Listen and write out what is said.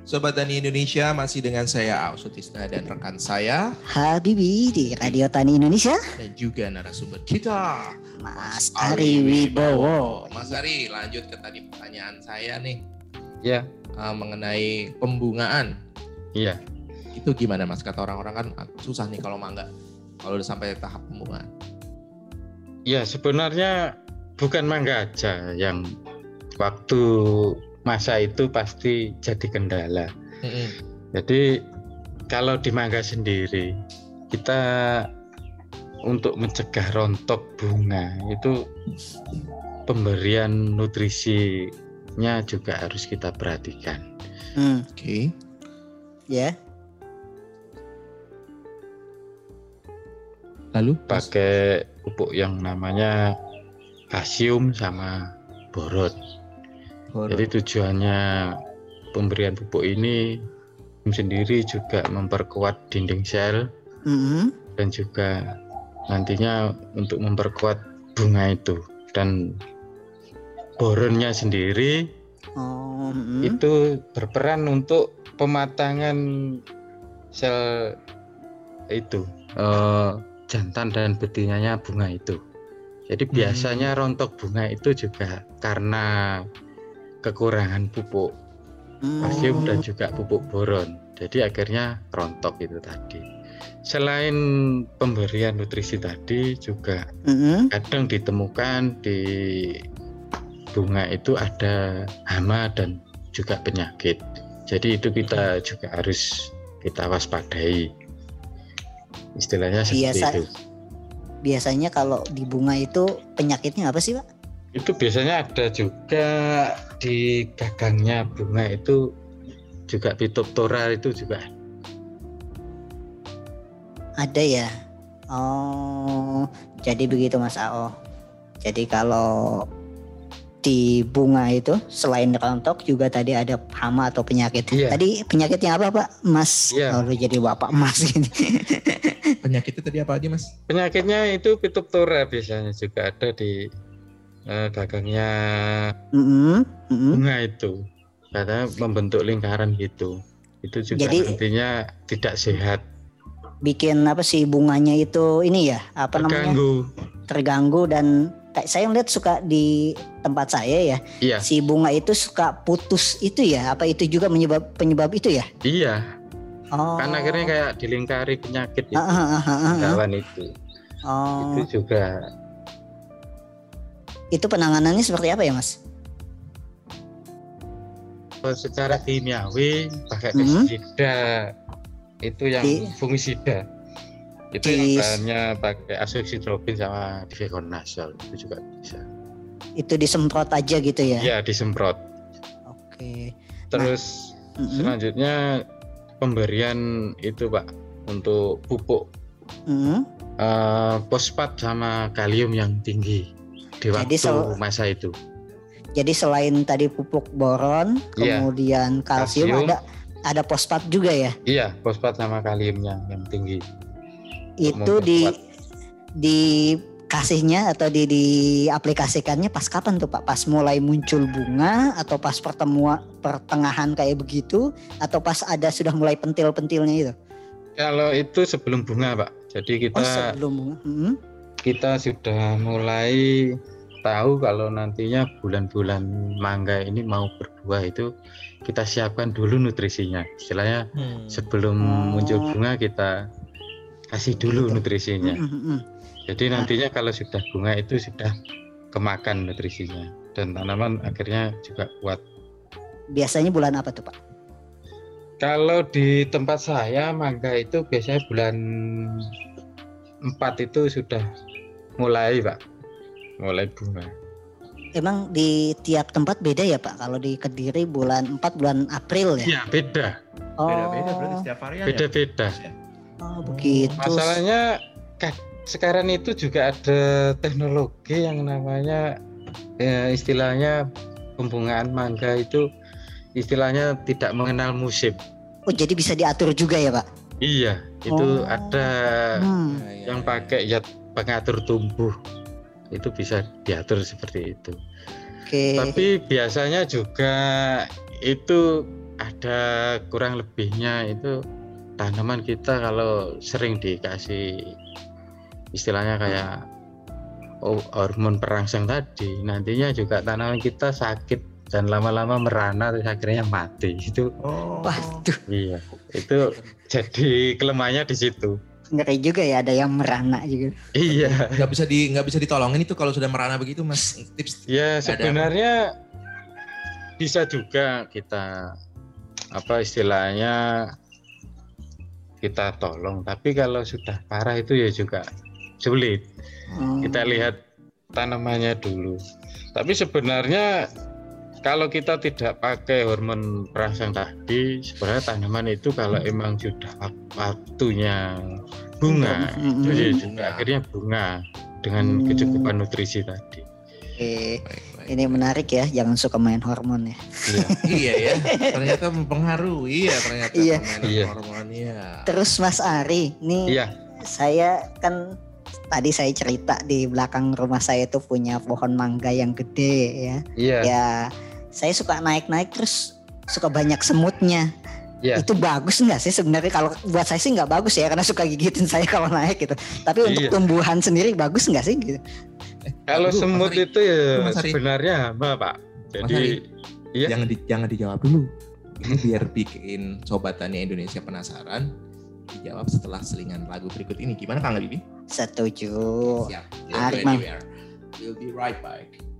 Sobat Tani Indonesia, masih dengan saya Aus Sutisna dan rekan saya Habibi di Radio Tani Indonesia dan juga narasumber kita Mas Ari Wibowo. Mas Ari, lanjut ke tadi pertanyaan saya nih. Ya, mengenai pembungaan. iya. Itu gimana Mas? Kata orang-orang kan susah nih kalau mangga, kalau udah sampai tahap pembungaan. Ya, sebenarnya bukan mangga aja yang waktu masa itu pasti jadi kendala. Jadi kalau di mangga sendiri kita untuk mencegah rontok bunga itu pemberian nutrisinya juga harus kita perhatikan. Oke. Ya. Lalu Pakai pupuk yang namanya kalsium sama boron. Jadi tujuannya pemberian pupuk ini sendiri juga memperkuat dinding sel dan juga nantinya untuk memperkuat bunga itu. Dan boronnya sendiri itu berperan untuk pematangan sel itu jantan dan betinanya bunga itu. Jadi biasanya rontok bunga itu juga karena kekurangan pupuk kalsium dan juga pupuk boron. Jadi akhirnya rontok itu tadi. Selain pemberian nutrisi tadi juga kadang ditemukan di bunga itu ada hama dan juga penyakit. Jadi itu kita juga harus kita waspadai. Istilahnya seperti itu. Biasanya kalau di bunga itu penyakitnya apa sih, Pak? Itu biasanya ada juga di gagangnya bunga itu juga Phytophthora itu juga ada ya. Oh, jadi begitu Mas Ao. Jadi kalau di bunga itu selain rontok juga tadi ada hama atau penyakit. Iya. Tadi penyakitnya apa Pak? Mas. Iya. Lalu jadi Bapak Mas gini. penyakitnya tadi apa aja Mas? penyakitnya itu Phytophthora biasanya juga ada di gagangnya bunga itu, karena membentuk lingkaran gitu. Itu juga Jadi, nantinya tidak sehat. Bikin apa sih bunganya itu ini ya? Apa namanya? Terganggu dan saya lihat suka di tempat saya ya. Iya. Si bunga itu suka putus itu ya? Apa itu juga penyebab itu ya? Iya. Oh. Kan akhirnya kayak dilingkari penyakit itu. Kawan itu. Oh. Itu juga. Itu penanganannya seperti apa ya Mas? Secara kimiawi pakai pestisida itu yang fungisida. Itu yang bahannya pakai azoxystrobin sama difenoconazole itu juga bisa. Itu disemprot aja gitu ya? Iya, disemprot. Oke. Terus selanjutnya pemberian itu Pak untuk pupuk fosfat sama kalium yang tinggi di waktu masa itu. Jadi selain tadi pupuk boron, kemudian kalsium, ada fosfat juga ya? Iya, fosfat sama kaliumnya yang tinggi. Itu dikasihnya atau diaplikasikannya pas kapan tuh Pak? Pas mulai muncul bunga atau pas pertengahan kayak begitu, atau pas ada sudah mulai pentil-pentilnya itu? Kalau itu sebelum bunga Pak. Jadi kita sebelum bunga. Kita sudah mulai tahu kalau nantinya bulan-bulan mangga ini mau berbuah itu kita siapkan dulu nutrisinya. Istilahnya sebelum muncul bunga kita kasih dulu nutrisinya. Jadi nantinya kalau sudah bunga itu sudah kemakan nutrisinya dan tanaman akhirnya juga kuat. Biasanya bulan apa tuh Pak? Kalau di tempat saya mangga itu biasanya bulan 4 itu sudah mulai Pak, mulai bunga. Emang di tiap tempat beda ya Pak? Kalau di Kediri bulan 4 bulan April ya? Iya beda. Beda-beda berarti setiap varian. Beda-beda. Oh begitu. Masalahnya sekarang itu juga ada teknologi yang namanya istilahnya pembungaan mangga itu istilahnya tidak mengenal musim. Oh jadi bisa diatur juga ya Pak? Iya, itu ada yang pakai pengatur tumbuh. Itu bisa diatur seperti itu. Oke. Tapi biasanya juga itu ada kurang lebihnya itu tanaman kita kalau sering dikasih istilahnya kayak hormon perangsang tadi, nantinya juga tanaman kita sakit dan lama-lama merana terus akhirnya mati. Itu Waduh, iya, itu jadi kelemahannya di situ. ngeri juga ya ada yang merana juga. Iya. Nggak bisa ditolongin itu kalau sudah merana begitu, Mas. Tips. Ya sebenarnya bisa juga kita istilahnya kita tolong, tapi kalau sudah parah itu ya juga sulit. Kita lihat tanamannya dulu. Tapi sebenarnya kalau kita tidak pakai hormon perangsang tadi, sebenarnya tanaman itu kalau emang sudah waktunya bunga, itu ya juga akhirnya bunga dengan kecukupan nutrisi tadi. Ini menarik ya, jangan suka main hormon ya. Iya ya, ternyata mempengaruhi ya ternyata hormon ya. Terus Mas Ari, nih saya kan tadi saya cerita di belakang rumah saya itu punya pohon mangga yang gede ya. Ya, saya suka naik-naik terus suka banyak semutnya. Itu bagus nggak sih sebenarnya? Kalau buat saya sih nggak bagus ya, karena suka gigitin saya kalau naik gitu. Tapi untuk tumbuhan sendiri bagus nggak sih gitu? Kalau semut itu ya sebenarnya hama, Pak. Jadi jangan dijawab dulu. Ini biar bikin Sobat Tani Indonesia penasaran. Dijawab setelah selingan lagu berikut ini. Gimana Kang Bibi? Setuju. Siap. Ari, We'll be right back.